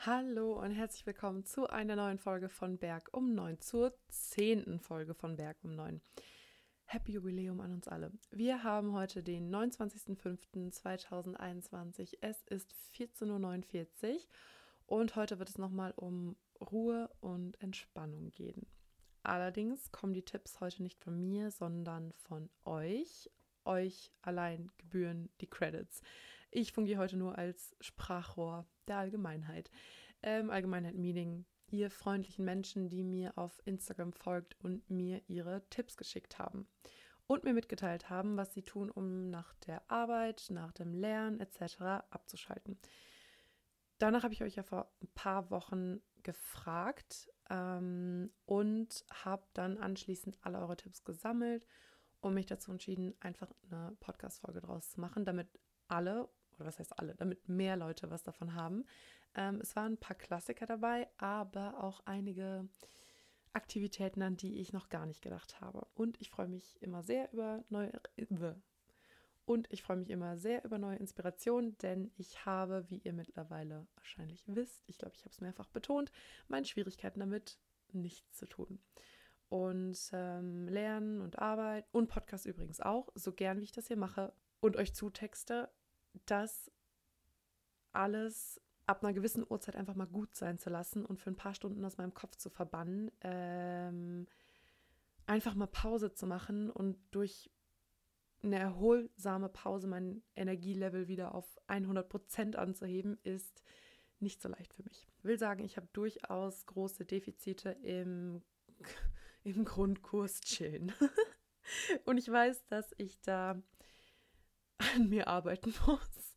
Hallo und herzlich willkommen zu einer neuen Folge von Berg um 9, zur 10. Folge von Berg um 9. Happy Jubiläum an uns alle. Wir haben heute den 29.05.2021. Es ist 14.49 Uhr und heute wird es nochmal um Ruhe und Entspannung gehen. Allerdings kommen die Tipps heute nicht von mir, sondern von euch. Euch allein gebühren die Credits. Ich fungiere heute nur als Sprachrohr der Allgemeinheit. Allgemeinheit meaning ihr freundlichen Menschen, die mir auf Instagram folgt und mir ihre Tipps geschickt haben. Und mir mitgeteilt haben, was sie tun, um nach der Arbeit, nach dem Lernen etc. abzuschalten. Danach habe ich euch ja vor ein paar Wochen gefragt und habe dann anschließend alle eure Tipps gesammelt und mich dazu entschieden, einfach eine Podcast-Folge draus zu machen, damit alle, oder was heißt alle, damit mehr Leute was davon haben. Es waren ein paar Klassiker dabei, aber auch einige Aktivitäten, an die ich noch gar nicht gedacht habe. Und ich freue mich immer sehr über neue Inspirationen, denn ich habe, wie ihr mittlerweile wahrscheinlich wisst, ich glaube, ich habe es mehrfach betont, meine Schwierigkeiten damit, nichts zu tun. Und Lernen und Arbeit und Podcast übrigens auch, so gern wie ich das hier mache und euch zutexte, das alles ab einer gewissen Uhrzeit einfach mal gut sein zu lassen und für ein paar Stunden aus meinem Kopf zu verbannen, einfach mal Pause zu machen und durch eine erholsame Pause mein Energielevel wieder auf 100% anzuheben, ist nicht so leicht für mich. Ich will sagen, ich habe durchaus große Defizite im Grundkurs chillen. Und ich weiß, dass ich da an mir arbeiten muss.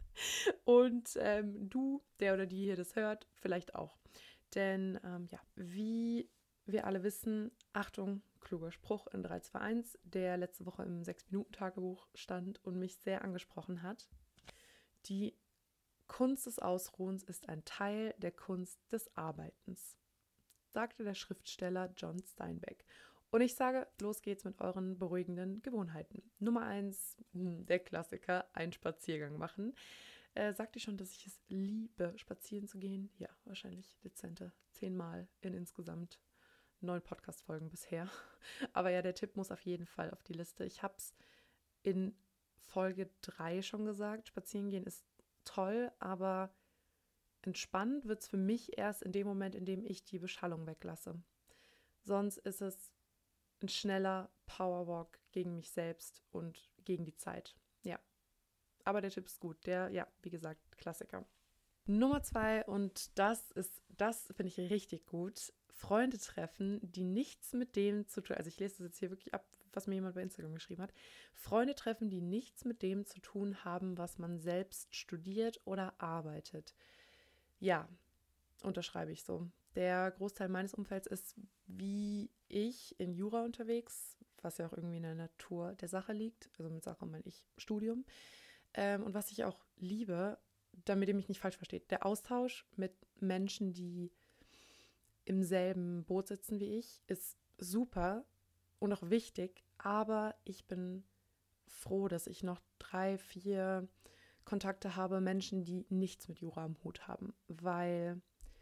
Und du, der oder die hier das hört, vielleicht auch. Denn wie wir alle wissen, Achtung, kluger Spruch in 3, 2, 1, der letzte Woche im 6-Minuten-Tagebuch stand und mich sehr angesprochen hat. Die Kunst des Ausruhens ist ein Teil der Kunst des Arbeitens, sagte der Schriftsteller John Steinbeck. Und ich sage, los geht's mit euren beruhigenden Gewohnheiten. Nummer 1, der Klassiker, einen Spaziergang machen. Sagte ich schon, dass ich es liebe, spazieren zu gehen? Ja, wahrscheinlich dezente 10 Mal in insgesamt 9 Podcast-Folgen bisher. Aber ja, der Tipp muss auf jeden Fall auf die Liste. Ich habe es in Folge 3 schon gesagt. Spazieren gehen ist toll, aber entspannt wird es für mich erst in dem Moment, in dem ich die Beschallung weglasse. Sonst ist es ein schneller Powerwalk gegen mich selbst und gegen die Zeit. Ja, aber der Tipp ist gut. Der, ja, wie gesagt, Klassiker. Nummer 2, und das finde ich richtig gut, Freunde treffen, die nichts mit dem zu tun, also ich lese das jetzt hier wirklich ab, was mir jemand bei Instagram geschrieben hat, Freunde treffen, die nichts mit dem zu tun haben, was man selbst studiert oder arbeitet. Ja, unterschreibe ich so. Der Großteil meines Umfelds ist wie ich in Jura unterwegs, was ja auch irgendwie in der Natur der Sache liegt, also mit Sache meine ich Studium. Und was ich auch liebe, damit ihr mich nicht falsch versteht, der Austausch mit Menschen, die im selben Boot sitzen wie ich, ist super und auch wichtig, aber ich bin froh, dass ich noch 3, 4 Kontakte habe, Menschen, die nichts mit Jura am Hut haben, weil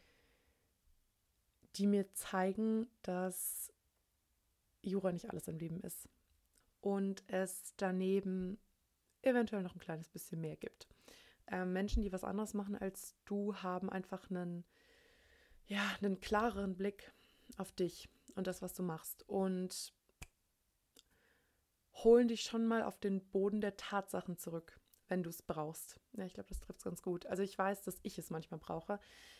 die mir zeigen, dass Jura nicht alles im Leben ist und es daneben eventuell noch ein kleines bisschen mehr gibt. Menschen, die was anderes machen als du, haben einfach einen klareren Blick auf dich und das, was du machst und holen dich schon mal auf den Boden der Tatsachen zurück, wenn du es brauchst. Ja, ich glaube, das trifft es ganz gut. Also ich weiß, dass ich es manchmal brauche.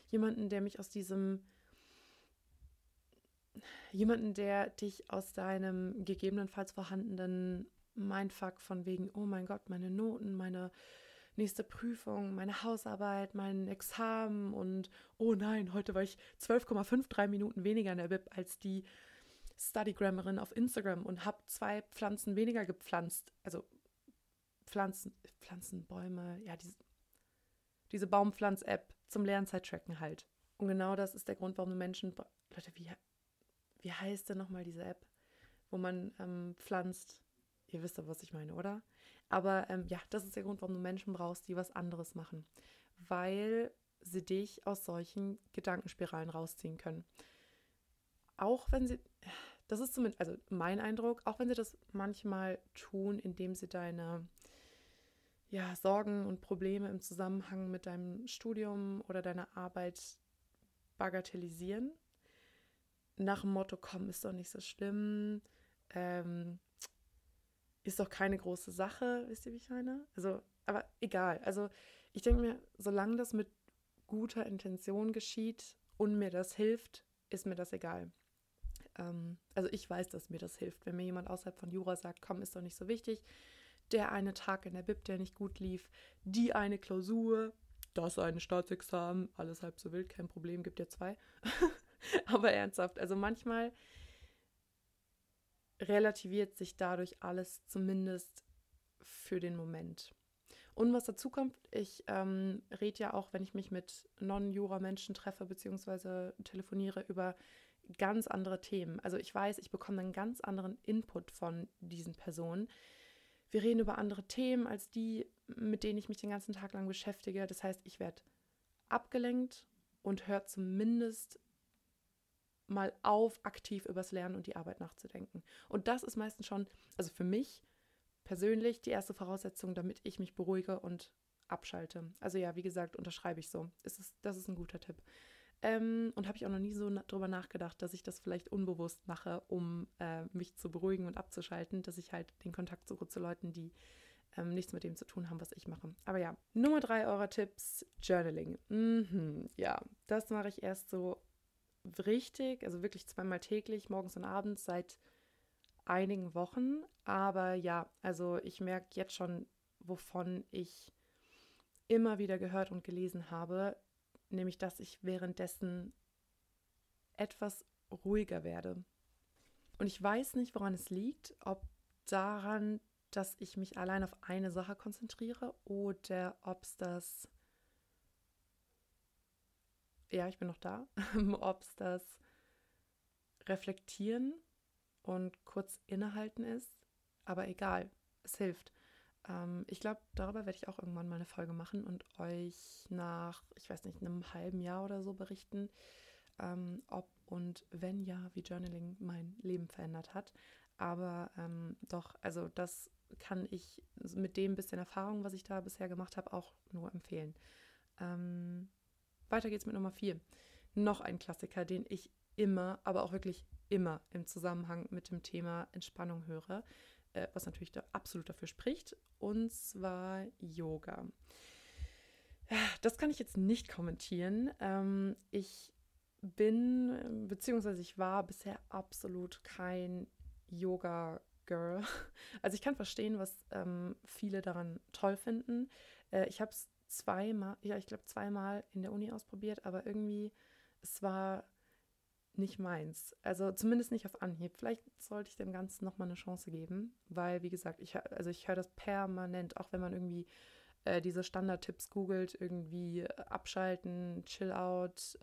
Jemanden, der dich aus deinem gegebenenfalls vorhandenen Mindfuck von wegen, oh mein Gott, meine Noten, meine nächste Prüfung, meine Hausarbeit, mein Examen und oh nein, heute war ich 12,53 Minuten weniger in der Bib als die Studygrammerin auf Instagram und habe 2 Pflanzen weniger gepflanzt. Also Pflanzenbäume, ja, diese Baumpflanz-App zum Lernzeit-Tracken halt. Und genau das ist der Grund, warum Leute, wie heißt denn nochmal diese App, wo man pflanzt? Ihr wisst doch, was ich meine, oder? Aber ja, das ist der Grund, warum du Menschen brauchst, die was anderes machen. Weil sie dich aus solchen Gedankenspiralen rausziehen können. Auch wenn sie, das ist zumindest, also mein Eindruck, auch wenn sie das manchmal tun, indem sie deine Sorgen und Probleme im Zusammenhang mit deinem Studium oder deiner Arbeit bagatellisieren. Nach dem Motto, komm, ist doch nicht so schlimm, ist doch keine große Sache, wisst ihr, wie ich meine? Also, aber egal. Also ich denke mir, solange das mit guter Intention geschieht und mir das hilft, ist mir das egal. Also ich weiß, dass mir das hilft. Wenn mir jemand außerhalb von Jura sagt, komm, ist doch nicht so wichtig, der eine Tag in der Bib, der nicht gut lief, die eine Klausur, das eine Staatsexamen, alles halb so wild, kein Problem, gibt ja 2. Aber ernsthaft, also manchmal relativiert sich dadurch alles zumindest für den Moment. Und was dazu kommt, ich rede ja auch, wenn ich mich mit Non-Jura-Menschen treffe bzw. telefoniere, über ganz andere Themen. Also ich weiß, ich bekomme einen ganz anderen Input von diesen Personen. Wir reden über andere Themen als die, mit denen ich mich den ganzen Tag lang beschäftige. Das heißt, ich werde abgelenkt und höre zumindest mal auf, aktiv übers Lernen und die Arbeit nachzudenken. Und das ist meistens schon, also für mich persönlich, die erste Voraussetzung, damit ich mich beruhige und abschalte. Also ja, wie gesagt, unterschreibe ich so. Das ist ein guter Tipp. Und habe ich auch noch nie so drüber nachgedacht, dass ich das vielleicht unbewusst mache, um mich zu beruhigen und abzuschalten, dass ich halt den Kontakt suche zu Leuten, die nichts mit dem zu tun haben, was ich mache. Aber ja, Nummer 3 eurer Tipps, Journaling. Ja, das mache ich erst so richtig, also wirklich 2-mal täglich, morgens und abends, seit einigen Wochen. Aber ja, also ich merke jetzt schon, wovon ich immer wieder gehört und gelesen habe, nämlich, dass ich währenddessen etwas ruhiger werde. Und ich weiß nicht, woran es liegt, ob daran, dass ich mich allein auf eine Sache konzentriere oder ob es das, ja, ich bin noch da, ob es das Reflektieren und kurz innehalten ist, aber egal, es hilft. Ich glaube, darüber werde ich auch irgendwann mal eine Folge machen und euch nach, ich weiß nicht, einem halben Jahr oder so berichten, ob und wenn ja, wie Journaling mein Leben verändert hat. Aber doch, also das kann ich mit dem bisschen Erfahrung, was ich da bisher gemacht habe, auch nur empfehlen. Weiter geht's mit Nummer 4. Noch ein Klassiker, den ich immer, aber auch wirklich immer im Zusammenhang mit dem Thema Entspannung höre, was natürlich da absolut dafür spricht, und zwar Yoga. Das kann ich jetzt nicht kommentieren. Ich bin, beziehungsweise ich war bisher absolut kein Yoga-Girl. Also ich kann verstehen, was viele daran toll finden. Ich habe es zweimal in der Uni ausprobiert, aber irgendwie, es war nicht meins. Also zumindest nicht auf Anhieb. Vielleicht sollte ich dem Ganzen nochmal eine Chance geben, weil, wie gesagt, ich höre das permanent, auch wenn man irgendwie diese Standardtipps googelt, irgendwie abschalten, chill out,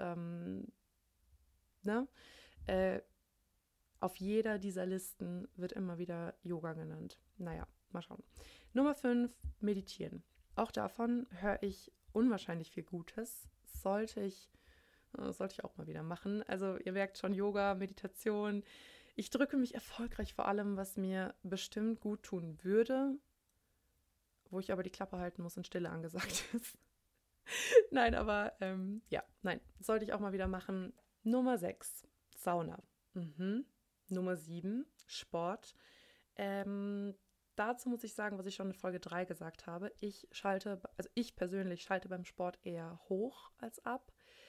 ne? Auf jeder dieser Listen wird immer wieder Yoga genannt. Naja, mal schauen. Nummer 5, meditieren. Auch davon höre ich unwahrscheinlich viel Gutes. Sollte ich auch mal wieder machen. Also ihr merkt schon, Yoga, Meditation. Ich drücke mich erfolgreich vor allem, was mir bestimmt gut tun würde, wo ich aber die Klappe halten muss und Stille angesagt ist. Nein, aber sollte ich auch mal wieder machen. Nummer 6, Sauna. Nummer 7, Sport. Dazu muss ich sagen, was ich schon in Folge 3 gesagt habe. Ich persönlich schalte beim Sport eher hoch als ab.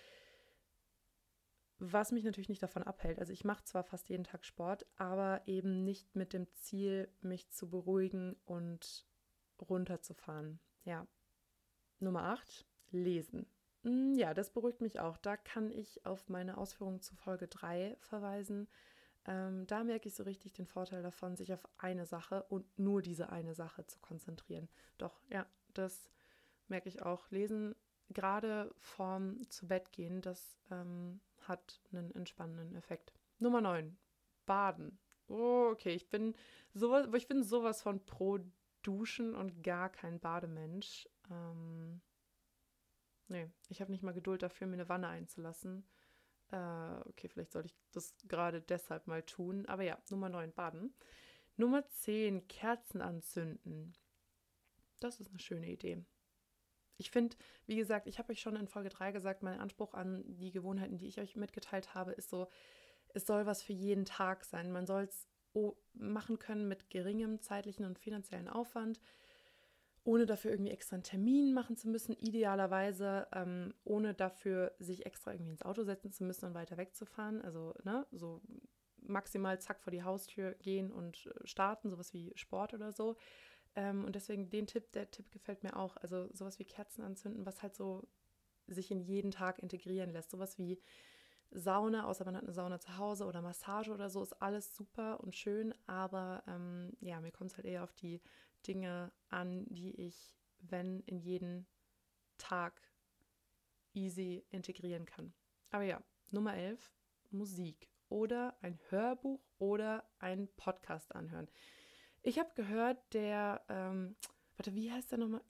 Was mich natürlich nicht davon abhält. Also ich mache zwar fast jeden Tag Sport, aber eben nicht mit dem Ziel, mich zu beruhigen und runterzufahren. Ja. Nummer 8, lesen. Ja, das beruhigt mich auch. Da kann ich auf meine Ausführungen zu Folge 3 verweisen. Da merke ich so richtig den Vorteil davon, sich auf eine Sache und nur diese eine Sache zu konzentrieren. Doch, ja, das merke ich auch. Lesen, gerade vorm zu Bett gehen, das hat einen entspannenden Effekt. Nummer 9, Baden. Oh, okay, ich bin sowas von pro Duschen und gar kein Bademensch. Nee, ich habe nicht mal Geduld dafür, mir eine Wanne einzulassen. Okay, vielleicht sollte ich das gerade deshalb mal tun. Aber ja, Nummer 9, Baden. Nummer 10, Kerzen anzünden. Das ist eine schöne Idee. Ich finde, wie gesagt, ich habe euch schon in Folge 3 gesagt, mein Anspruch an die Gewohnheiten, die ich euch mitgeteilt habe, ist so, es soll was für jeden Tag sein. Man soll es machen können mit geringem zeitlichen und finanziellen Aufwand, ohne dafür irgendwie extra einen Termin machen zu müssen, idealerweise, ohne dafür sich extra irgendwie ins Auto setzen zu müssen und weiter wegzufahren. Also, ne, so maximal zack vor die Haustür gehen und starten, sowas wie Sport oder so. Und deswegen der Tipp gefällt mir auch. Also sowas wie Kerzen anzünden, was halt so sich in jeden Tag integrieren lässt. Sowas wie Sauna, außer man hat eine Sauna zu Hause oder Massage oder so, ist alles super und schön. Aber ja, mir kommt es halt eher auf die Dinge an, die ich, wenn, in jeden Tag easy integrieren kann. Aber ja, Nummer 11, Musik oder ein Hörbuch oder ein Podcast anhören. Ich habe gehört, wie heißt der nochmal?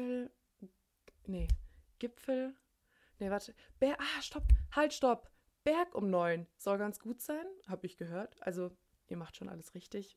Gipfel, stopp, Berg um 9 soll ganz gut sein, habe ich gehört. Also, ihr macht schon alles richtig.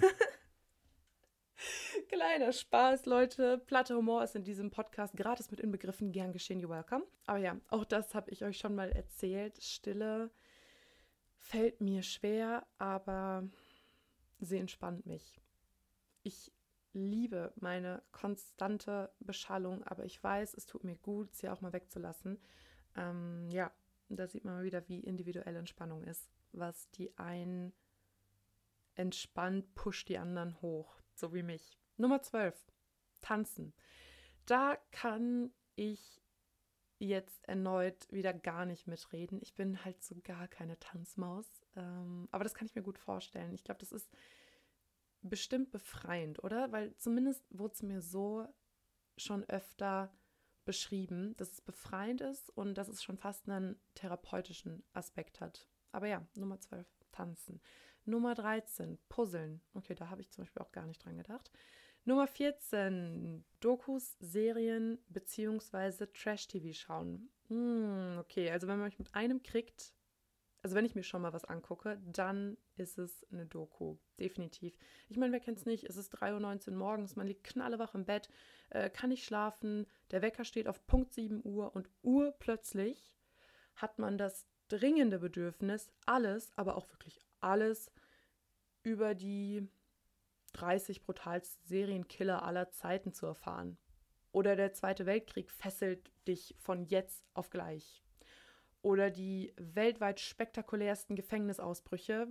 Kleiner Spaß, Leute. Platte Humor ist in diesem Podcast gratis mit inbegriffen. Gern geschehen, you're welcome. Aber ja, auch das habe ich euch schon mal erzählt. Stille fällt mir schwer, aber sie entspannt mich. Ich liebe meine konstante Beschallung, aber ich weiß, es tut mir gut, sie auch mal wegzulassen. Ja, da sieht man mal wieder, wie individuell Entspannung ist. Was die einen entspannt, pusht die anderen hoch, so wie mich. Nummer 12, Tanzen. Da kann ich jetzt erneut wieder gar nicht mitreden. Ich bin halt so gar keine Tanzmaus, aber das kann ich mir gut vorstellen. Ich glaube, das ist bestimmt befreiend, oder? Weil zumindest wurde es mir so schon öfter beschrieben, dass es befreiend ist und dass es schon fast einen therapeutischen Aspekt hat. Aber ja, Nummer 12, Tanzen. Nummer 13, Puzzeln. Okay, da habe ich zum Beispiel auch gar nicht dran gedacht. Nummer 14, Dokus, Serien bzw. Trash-TV schauen. Okay, also wenn man mich mit einem kriegt, also wenn ich mir schon mal was angucke, dann ist es eine Doku, definitiv. Ich meine, wer kennt es nicht? Es ist 3:19 Uhr morgens, man liegt knallewach im Bett, kann nicht schlafen, der Wecker steht auf Punkt 7 Uhr und urplötzlich hat man das dringende Bedürfnis, alles, aber auch wirklich alles über die 30 brutalsten Serienkiller aller Zeiten zu erfahren. Oder der Zweite Weltkrieg fesselt dich von jetzt auf gleich. Oder die weltweit spektakulärsten Gefängnisausbrüche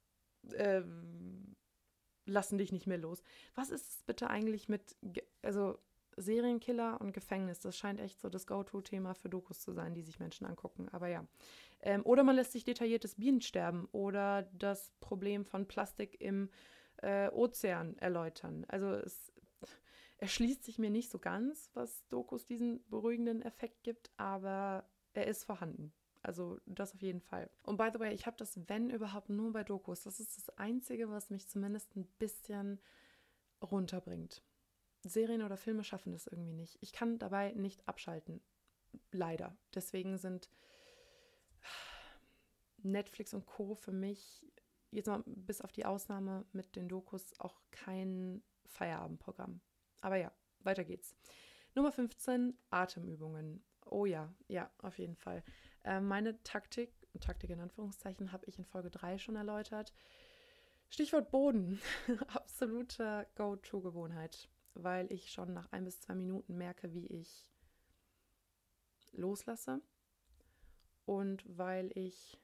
lassen dich nicht mehr los. Was ist es bitte eigentlich mit, Serienkiller und Gefängnis? Das scheint echt so das Go-To-Thema für Dokus zu sein, die sich Menschen angucken. Aber ja. Oder man lässt sich detailliertes Bienensterben oder das Problem von Plastik im Ozean erläutern. Also es erschließt sich mir nicht so ganz, was Dokus diesen beruhigenden Effekt gibt, aber er ist vorhanden. Also das auf jeden Fall. Und by the way, ich habe das, wenn überhaupt, nur bei Dokus. Das ist das Einzige, was mich zumindest ein bisschen runterbringt. Serien oder Filme schaffen das irgendwie nicht. Ich kann dabei nicht abschalten. Leider. Deswegen sind Netflix und Co. für mich, jetzt mal bis auf die Ausnahme mit den Dokus, auch kein Feierabendprogramm. Aber ja, weiter geht's. Nummer 15, Atemübungen. Oh ja, auf jeden Fall. Meine Taktik in Anführungszeichen, habe ich in Folge 3 schon erläutert. Stichwort Boden. Absolute Go-To-Gewohnheit, weil ich schon nach 1 bis 2 Minuten merke, wie ich loslasse und weil ich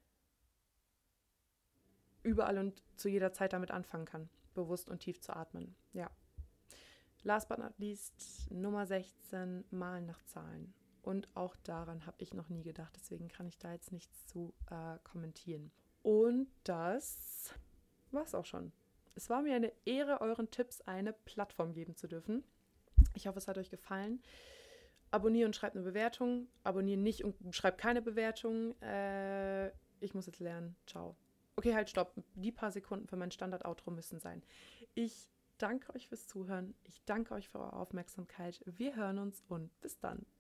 überall und zu jeder Zeit damit anfangen kann, bewusst und tief zu atmen. Ja. Last but not least, Nummer 16, Malen nach Zahlen. Und auch daran habe ich noch nie gedacht, deswegen kann ich da jetzt nichts zu kommentieren. Und das war's auch schon. Es war mir eine Ehre, euren Tipps eine Plattform geben zu dürfen. Ich hoffe, es hat euch gefallen. Abonniere und schreibt eine Bewertung. Abonniere nicht und schreibt keine Bewertung. Ich muss jetzt lernen. Ciao. Okay, halt, stopp. Die paar Sekunden für mein Standard-Outro müssen sein. Ich danke euch fürs Zuhören. Ich danke euch für eure Aufmerksamkeit. Wir hören uns und bis dann.